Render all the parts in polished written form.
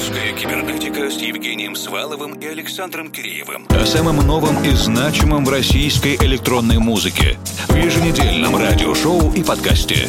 Русская кибернетика с Евгением Сваловым и Александром Киреевым. О самом новом и значимом в российской электронной музыке. В еженедельном радиошоу и подкасте.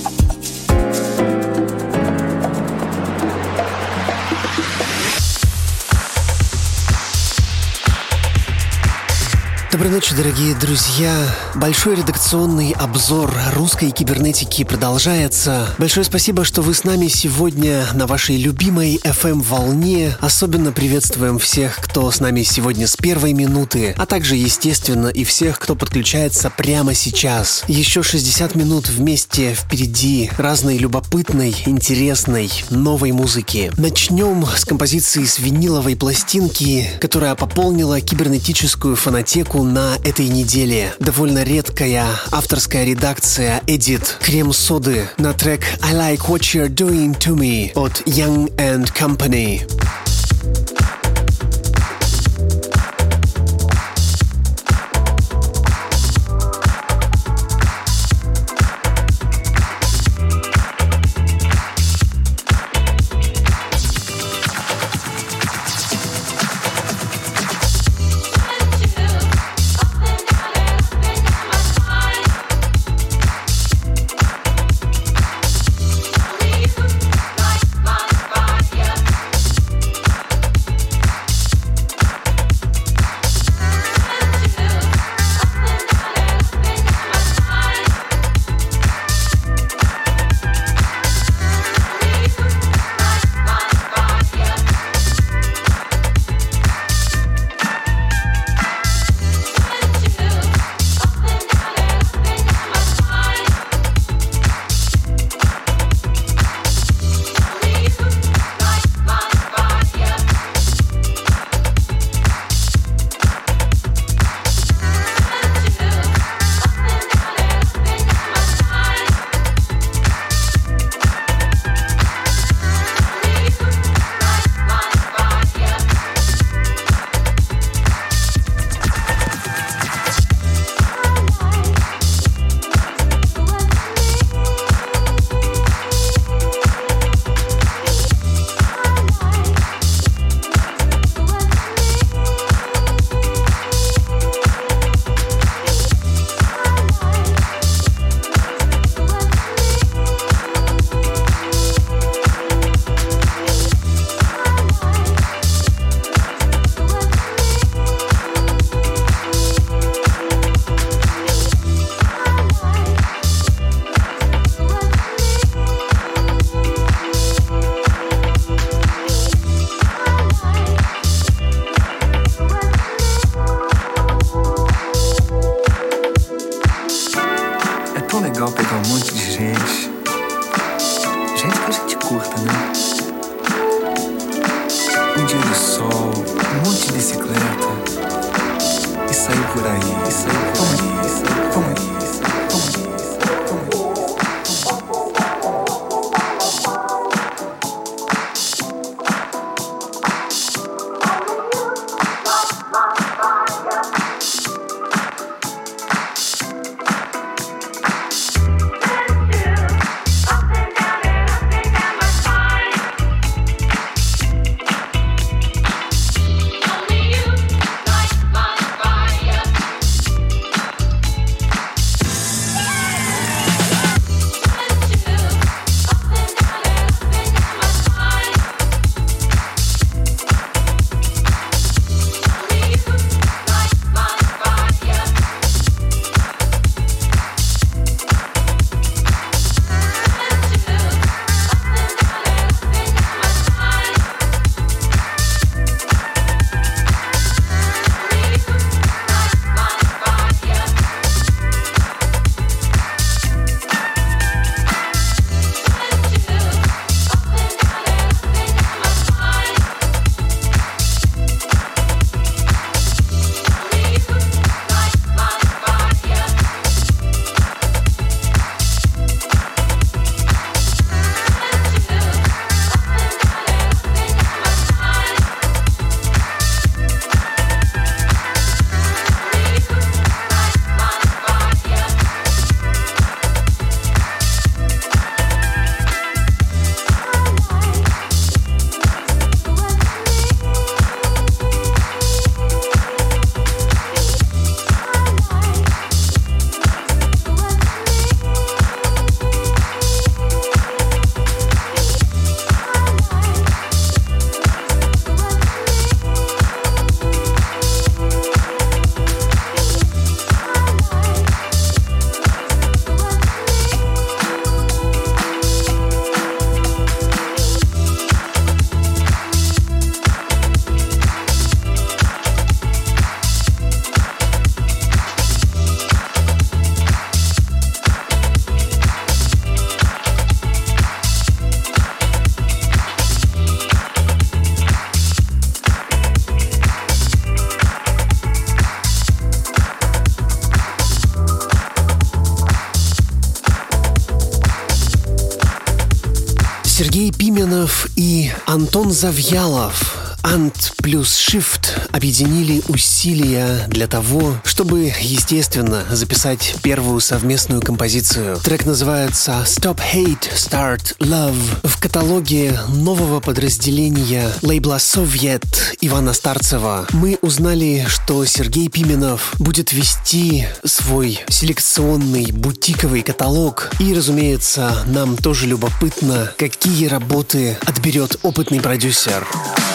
Доброй ночи, дорогие друзья. Большой редакционный обзор русской кибернетики продолжается. Большое спасибо, что вы с нами сегодня на вашей любимой FM-волне. Особенно приветствуем всех, кто с нами сегодня с первой минуты, а также, естественно, и всех, кто подключается прямо сейчас. Еще 60 минут вместе впереди разной любопытной, интересной, новой музыки. Начнем с композиции с виниловой пластинки, которая пополнила кибернетическую фонотеку на этой неделе. Довольно редкая авторская редакция Эдит Крем-соды на трек I Like What You're Doing To Me от Young and Company. Пименов и Антон Завьялов. Ант плюс Shift объединили усилия для того, чтобы, естественно, записать первую совместную композицию. Трек называется Stop Hate, Start Love. В каталоге нового подразделения лейбла Soviet Ивана Старцева мы узнали, что Сергей Пименов будет вести свой селекционный бутиковый каталог. И, разумеется, нам тоже любопытно, какие работы отберет опытный продюсер.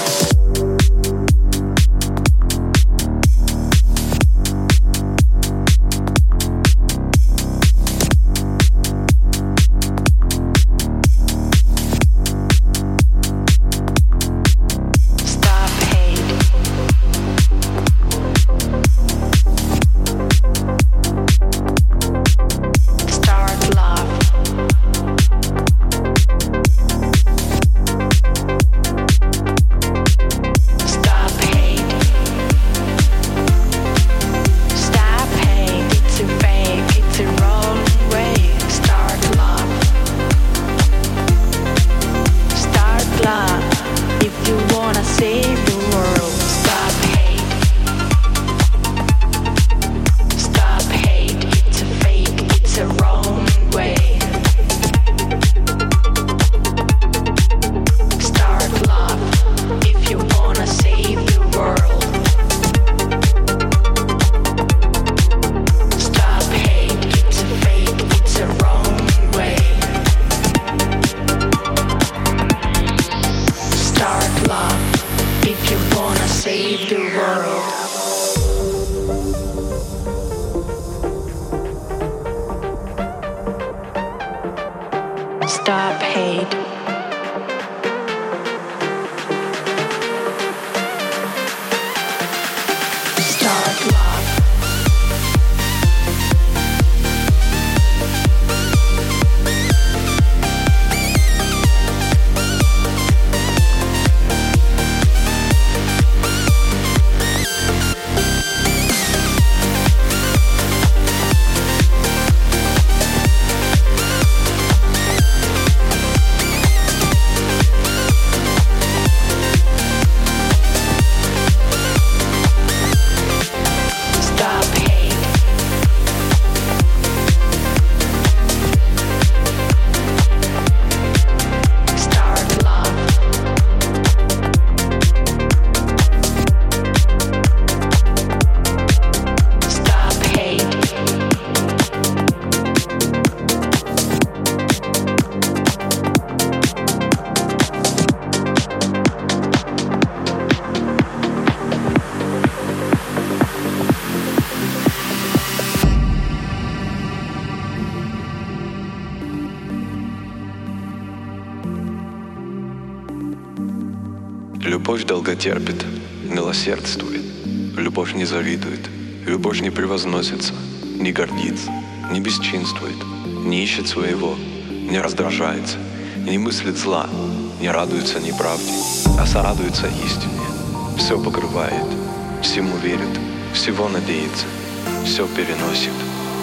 Любовь долготерпит, милосердствует. Любовь не завидует, любовь не превозносится, не гордится, не бесчинствует, не ищет своего, не раздражается, не мыслит зла, не радуется неправде, а сорадуется истине. Все покрывает, всему верит, всего надеется, все переносит.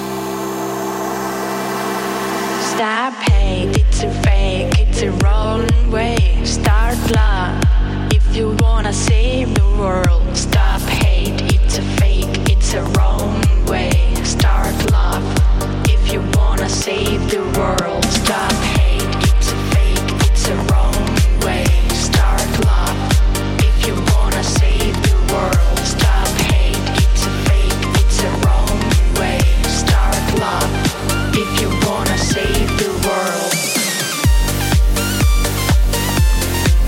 Stop hate, it's a fake, it's a wrong way. Start love, if you wanna save the world. Stop hate, it's a fake, it's a wrong way. Start love, if you wanna save the world. Stop hate, it's a fake, it's a wrong way. Start love, if you wanna save the world. Stop hate, it's a fake, it's a wrong way. Start love, if you wanna save the world.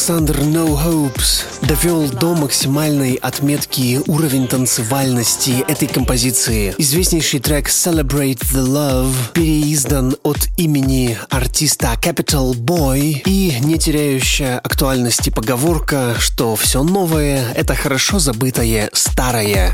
Александр No Hopes довел до максимальной отметки уровень танцевальности этой композиции. Известнейший трек Celebrate the Love переиздан от имени артиста Capital Boy, и не теряющая актуальности поговорка, что все новое — это хорошо забытое старое.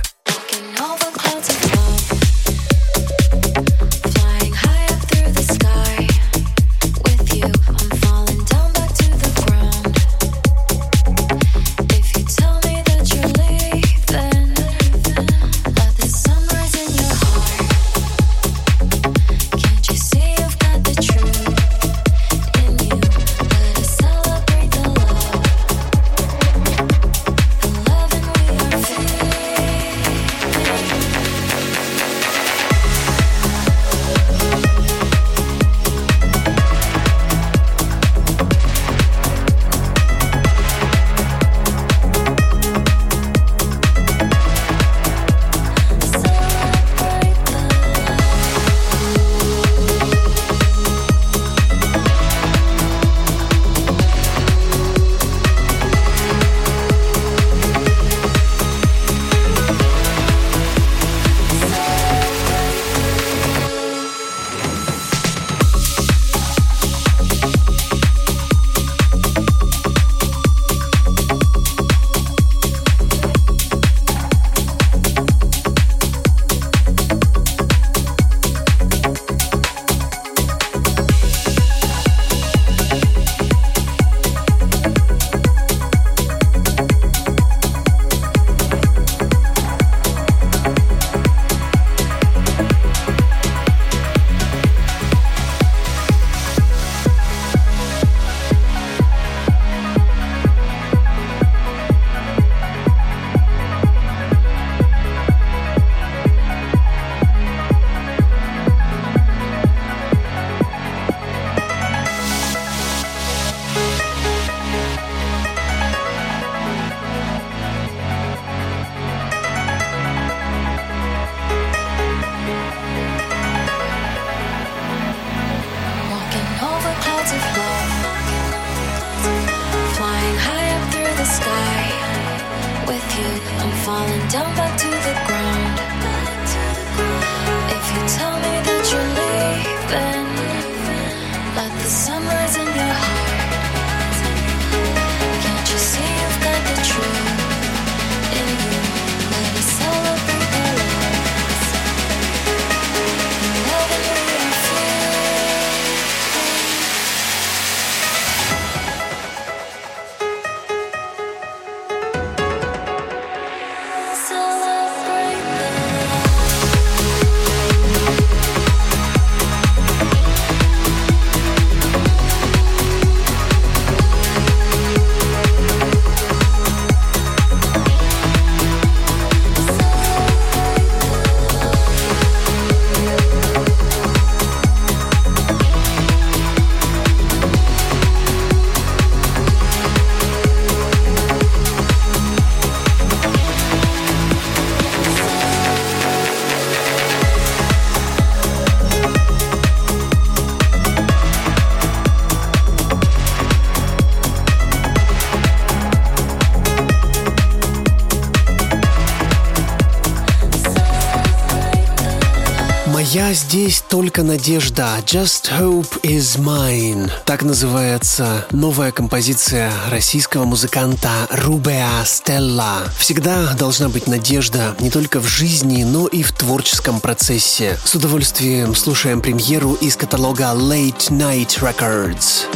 «Я здесь только надежда», «Just Hope is Mine». Так называется новая композиция российского музыканта Рубеа Стелла. Всегда должна быть надежда не только в жизни, но и в творческом процессе. С удовольствием слушаем премьеру из каталога Late Night Records.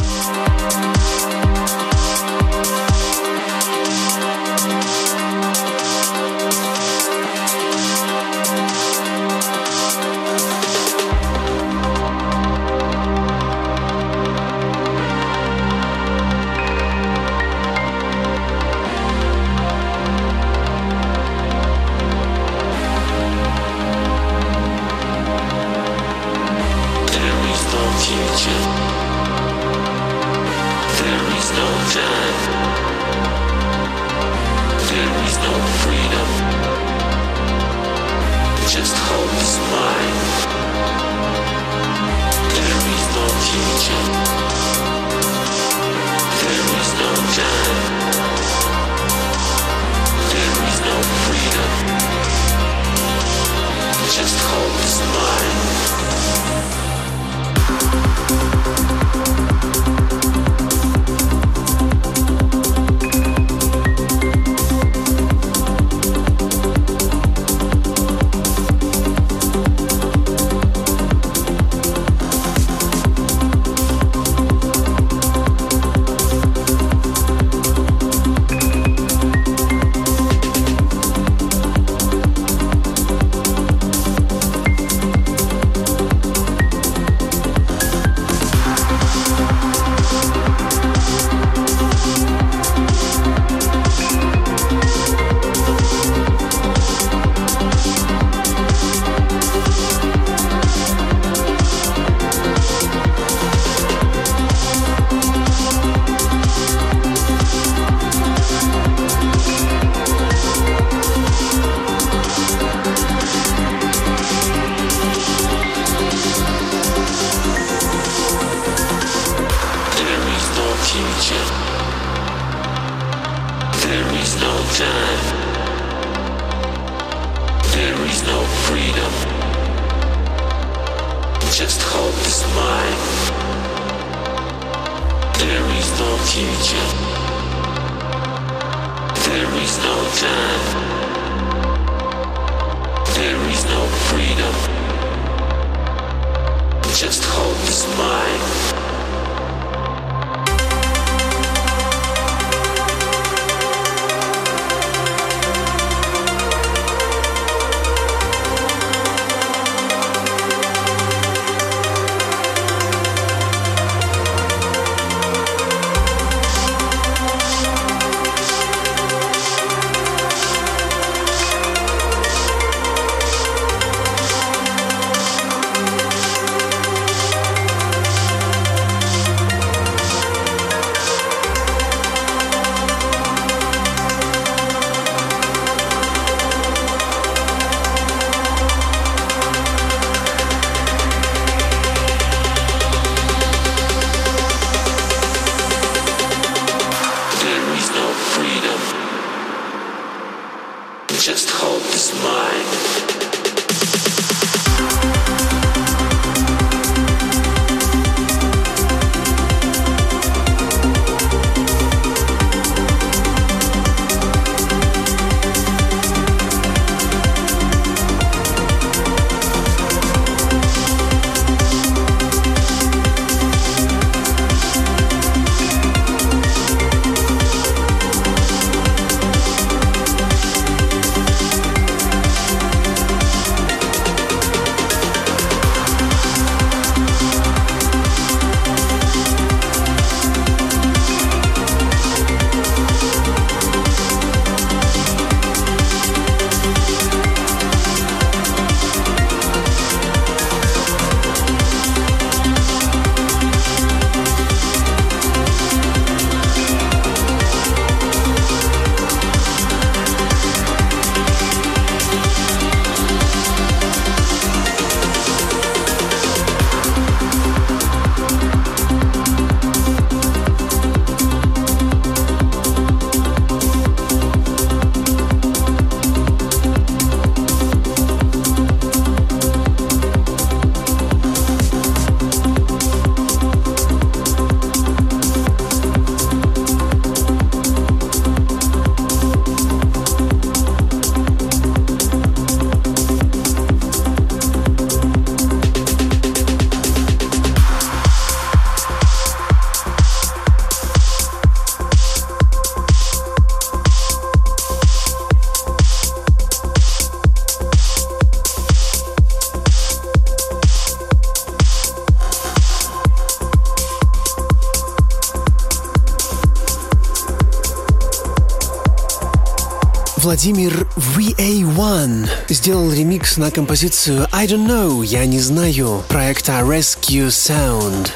There is no time. Владимир VA1 сделал ремикс на композицию I Don't Know, я не знаю, проекта Rescue Sound.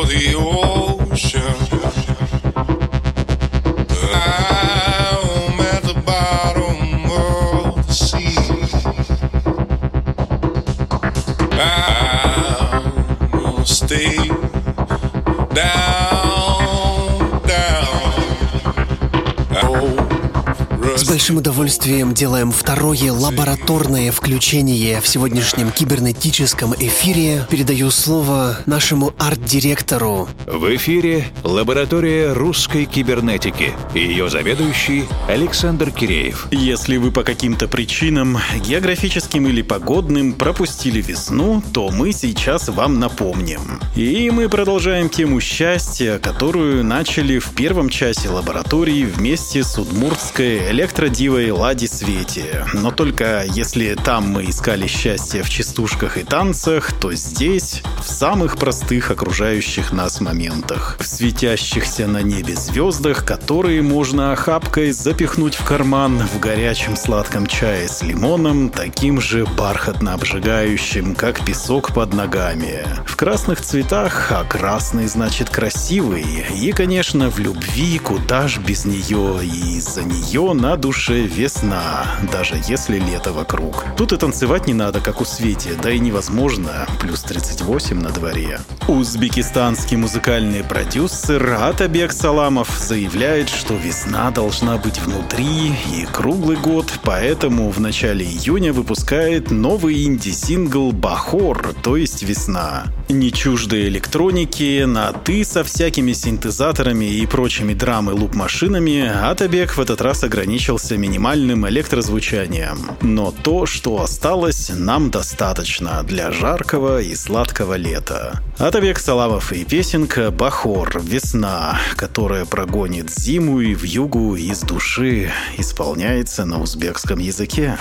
for the ocean. I'm at the bottom of the sea. I'm gonna stay down, down. С большим удовольствием делаем второе лабораторное включение в сегодняшнем кибернетическом эфире. Передаю слово нашему арт-директору. В эфире лаборатория русской кибернетики и ее заведующий Александр Киреев. Если вы по каким-то причинам, географическим или погодным, пропустили весну, то мы сейчас вам напомним. И мы продолжаем тему счастья, которую начали в первом часе лаборатории вместе с удмуртской электродивой Лади Свете. Но только если там мы искали счастье в частушках и танцах, то здесь в самых простых окружающих нас моментах. В светящихся на небе звездах, которые можно охапкой запихнуть в карман, в горячем сладком чае с лимоном, таким же бархатно обжигающим, как песок под ногами. В красных цветах, а красный значит красивый. И, конечно, в любви, куда ж без нее, и из-за нее на душе весна, даже если лето вокруг. Тут и танцевать не надо, как у Свети, да и невозможно, плюс 38 на дворе. Узбекистанский музыкальный продюсер Атабек Саламов заявляет, что весна должна быть внутри и круглый год, поэтому в начале июня выпускает новый инди-сингл «Бахор», то есть «Весна». Не чуждые электроники, на «ты» со всякими синтезаторами и прочими драм- и луп-машинами, Атабек в этот раз ограничился минимальным электрозвучанием. Но то, что осталось, нам достаточно для жаркого и сладкого лета. Атабек Саламов и песенка «Бахор. Весна», которая прогонит зиму и вьюгу из души, исполняется на узбекском языке.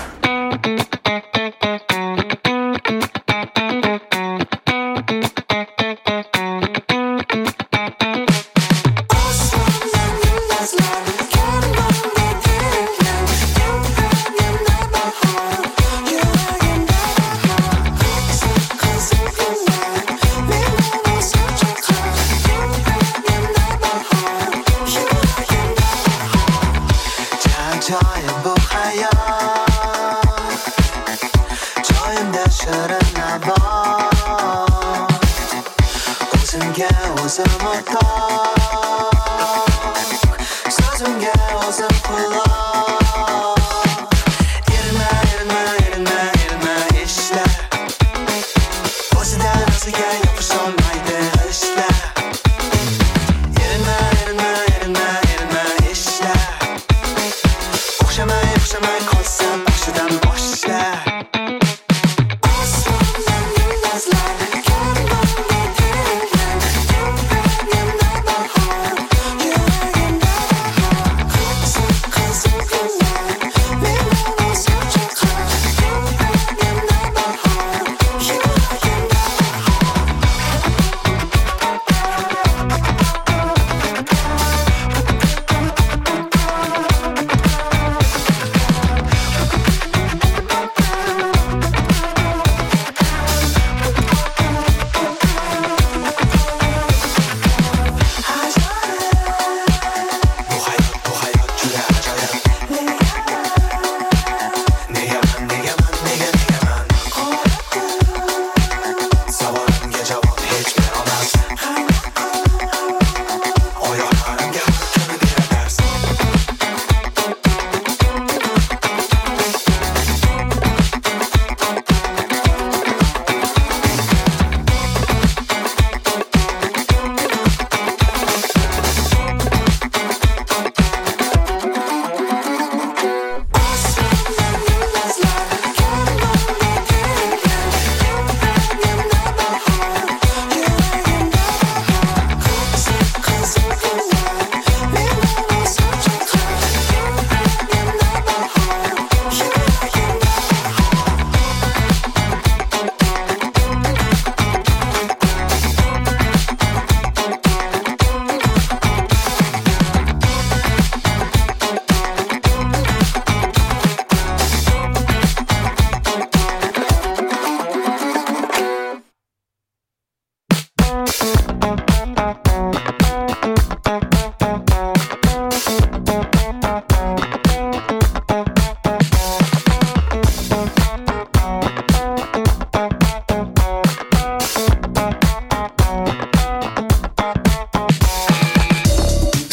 Bye.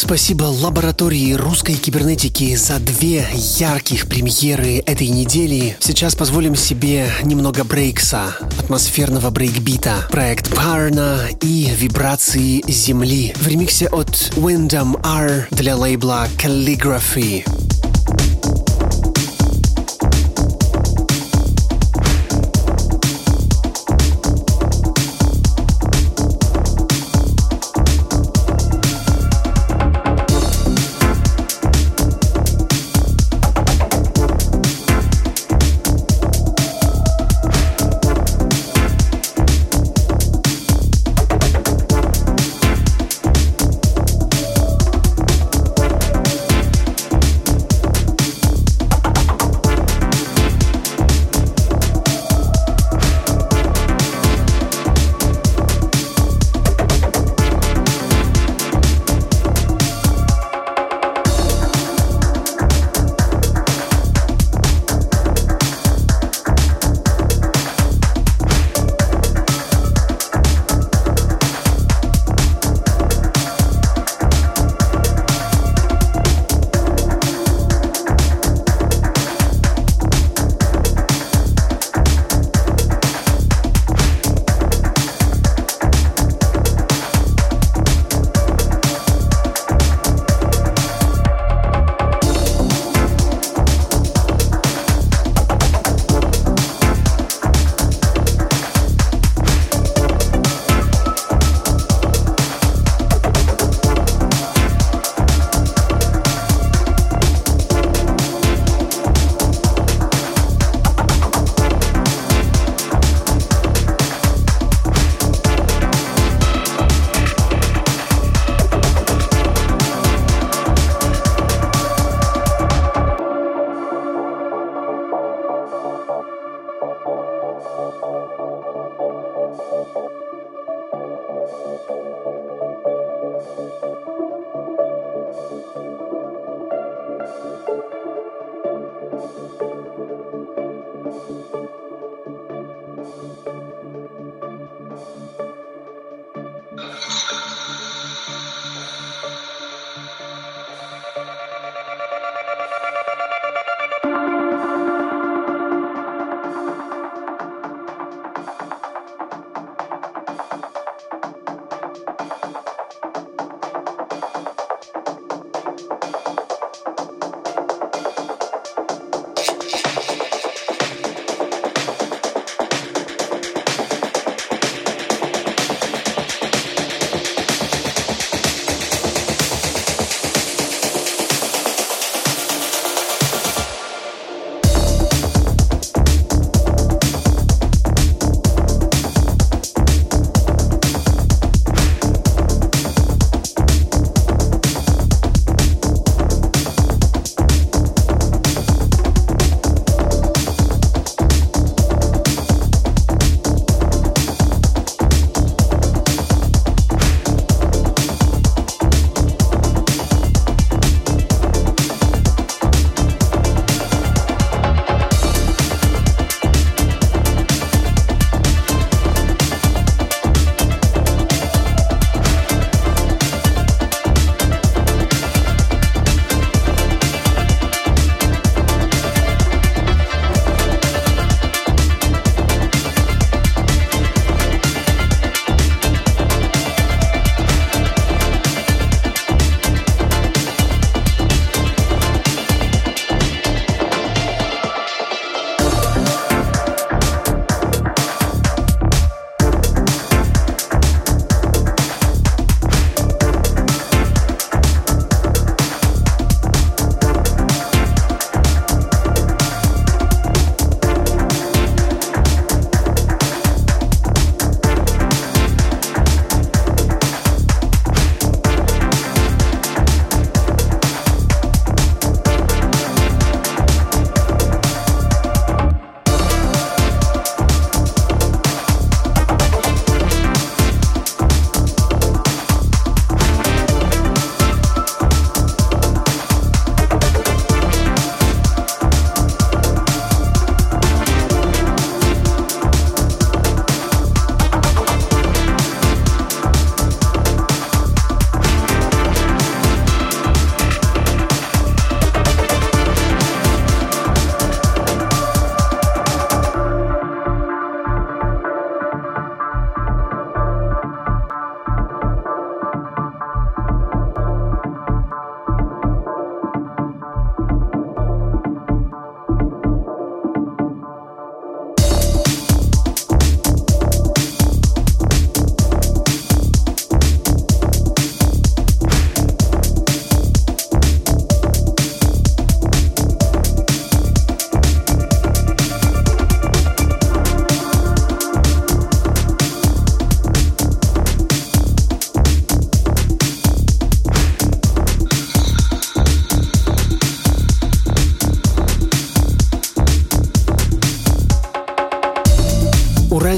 спасибо лаборатории русской кибернетики за 2 ярких премьеры этой недели. Сейчас позволим себе немного брейкса, атмосферного брейкбита. Проект Parna и вибрации Земли в ремиксе от Wyndham R для лейбла Calligraphy.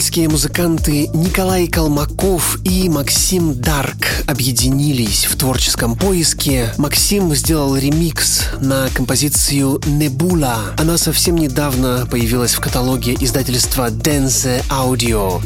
питерские музыканты Николай Колмаков и Максим Дарк объединились в творческом поиске. Максим сделал ремикс на композицию «Небула». Она совсем недавно появилась в каталоге издательства Dense Audio.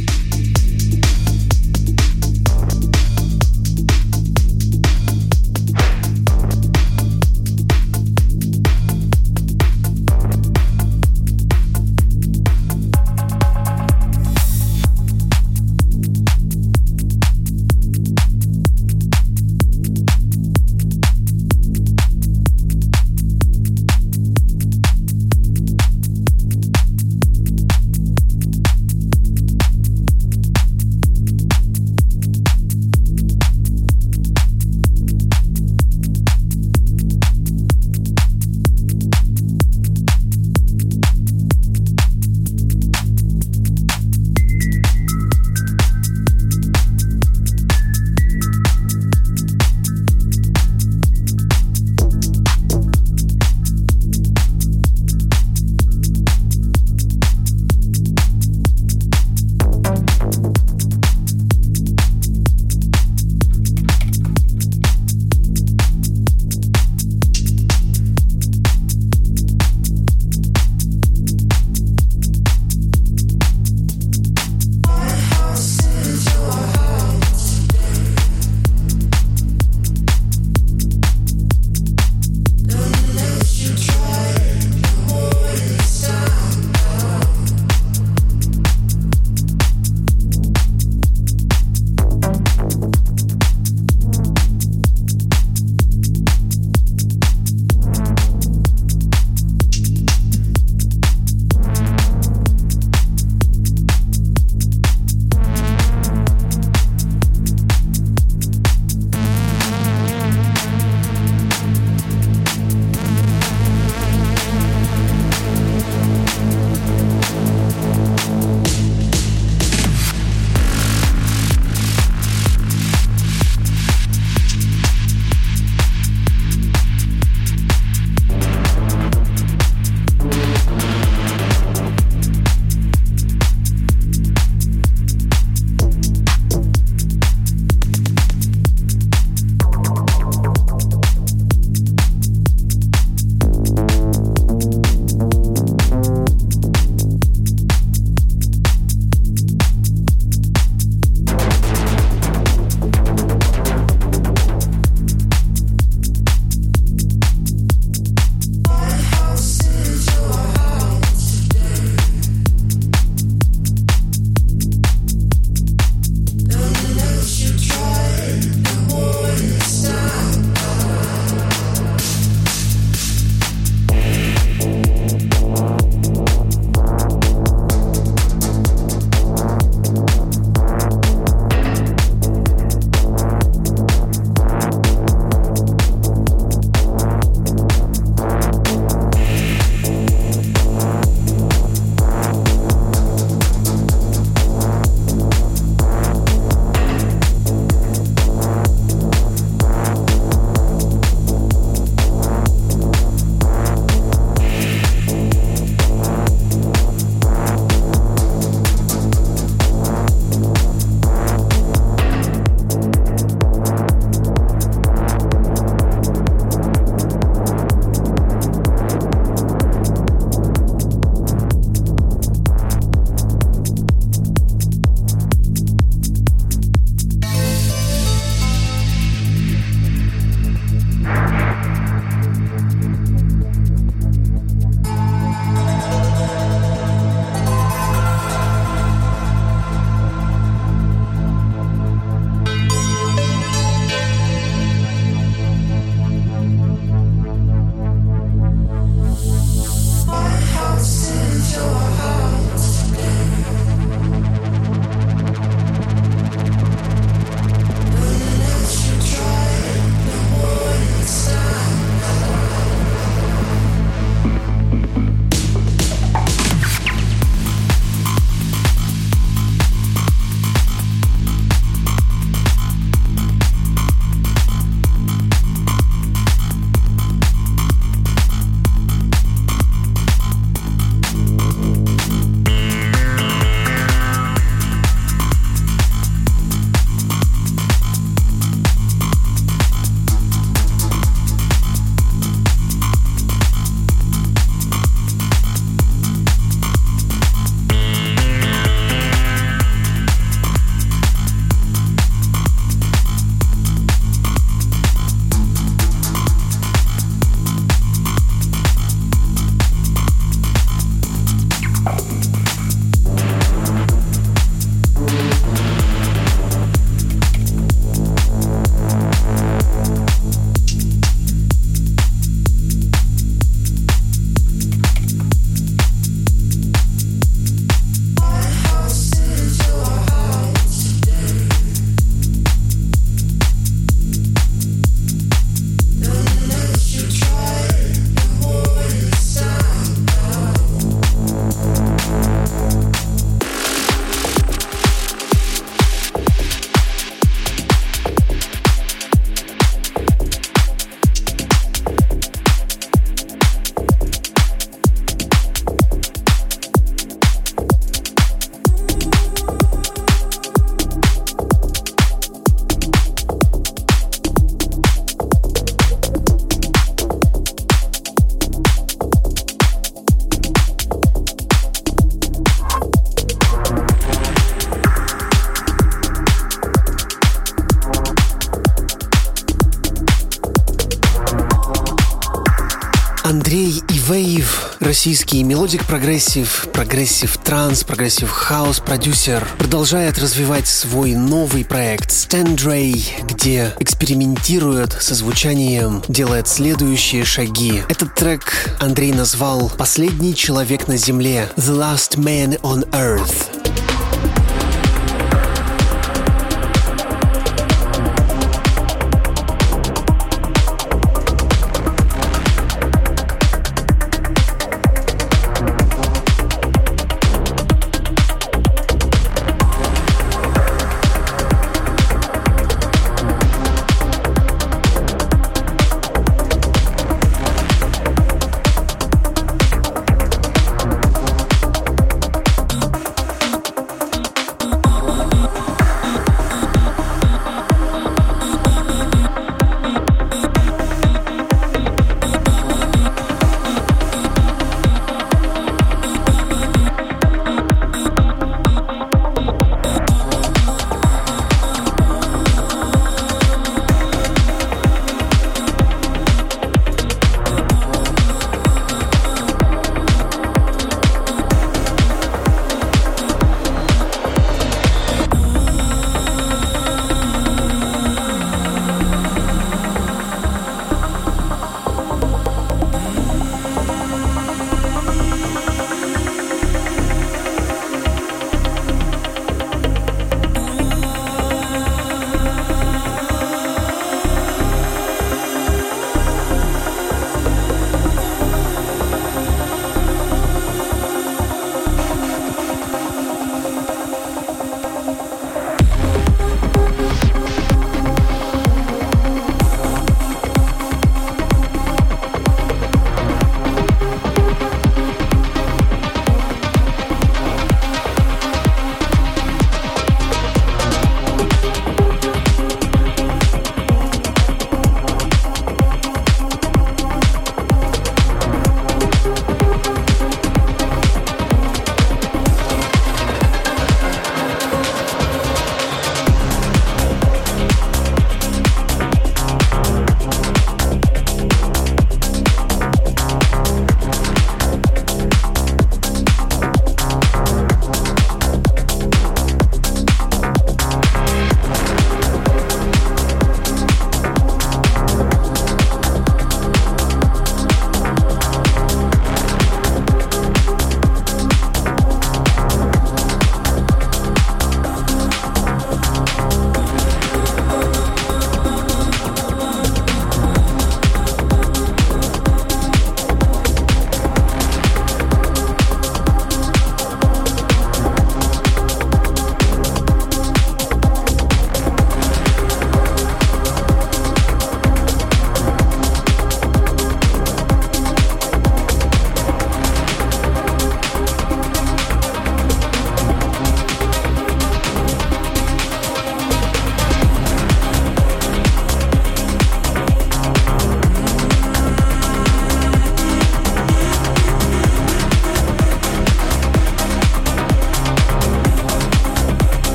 Андрей Ивеев, российский мелодик-прогрессив, прогрессив-транс, прогрессив-хаус продюсер, продолжает развивать свой новый проект Standray, где экспериментирует со звучанием, делает следующие шаги. Этот трек Андрей назвал «Последний человек на земле» The Last Man on Earth.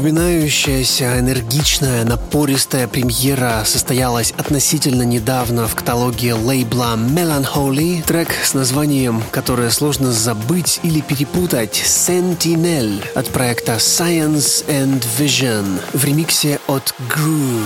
Запоминающаяся, энергичная, напористая премьера состоялась относительно недавно в каталоге лейбла Melancholy. Трек с названием, которое сложно забыть или перепутать, Sentinel от проекта Science and Vision в ремиксе от Gru.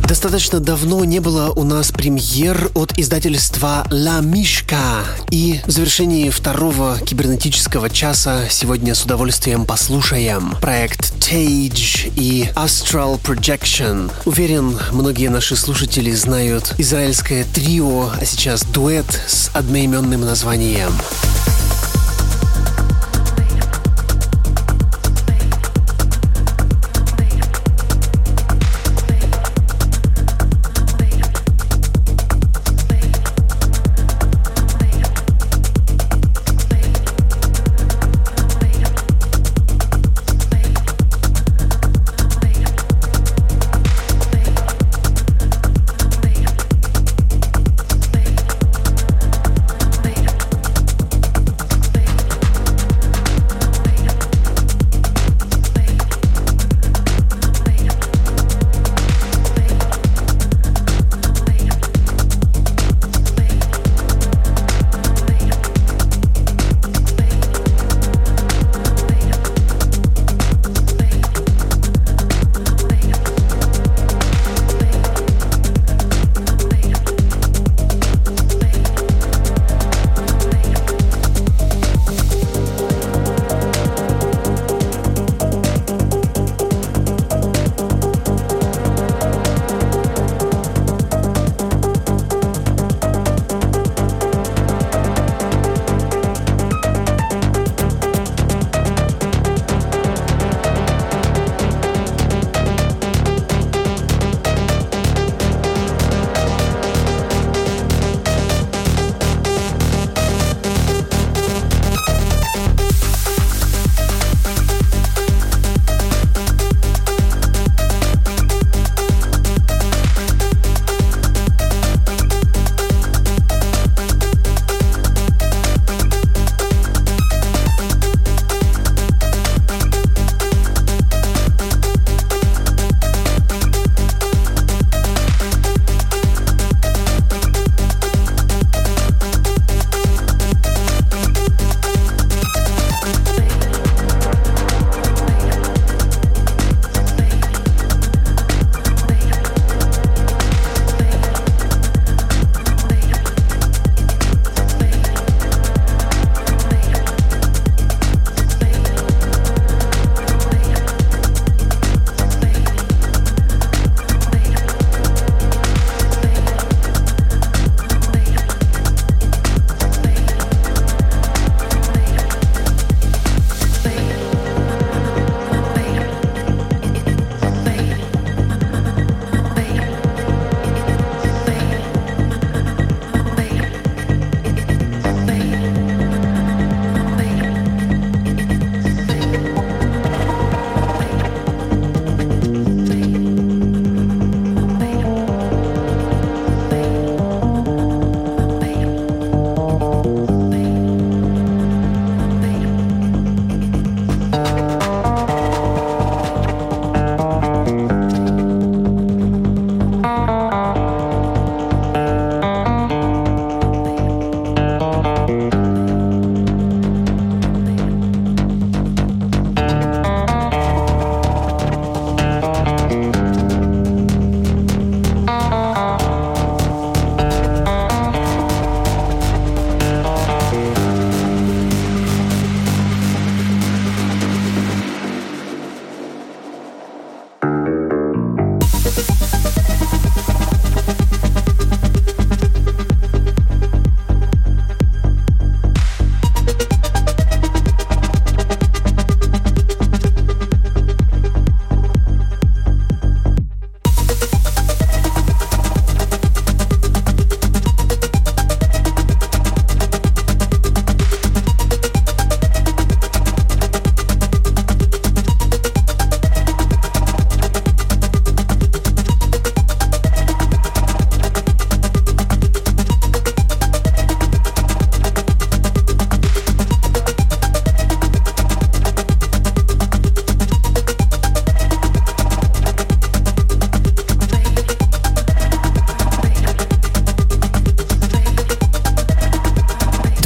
Достаточно давно не было у нас премьер от издательства La Mishka. И в завершении второго кибернетического часа сегодня с удовольствием послушаем проект Tage и Astral Projection. Уверен, многие наши слушатели знают израильское трио, а сейчас дуэт с одноименным названием.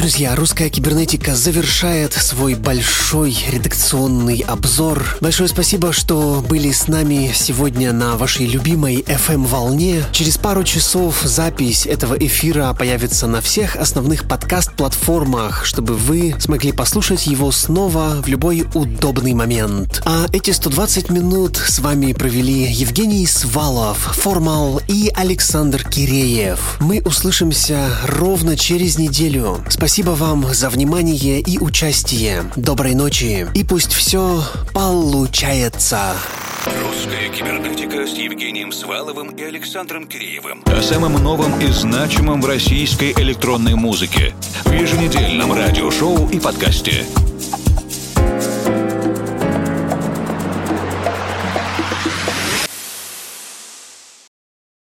Друзья, «Русская кибернетика» завершает свой большой редакционный обзор. Большое спасибо, что были с нами сегодня на вашей любимой FM-волне. Через пару часов запись этого эфира появится на всех основных подкаст-платформах, чтобы вы смогли послушать его снова в любой удобный момент. А эти 120 минут с вами провели Евгений Свалов, Формал и Александр Киреев. Мы услышимся ровно через неделю. Спасибо вам за внимание и участие. Доброй ночи. И пусть все получается. Русская кибернетика с Евгением Сваловым и Александром Киреевым. О самом новом и значимом в российской электронной музыке. В еженедельном радиошоу и подкасте.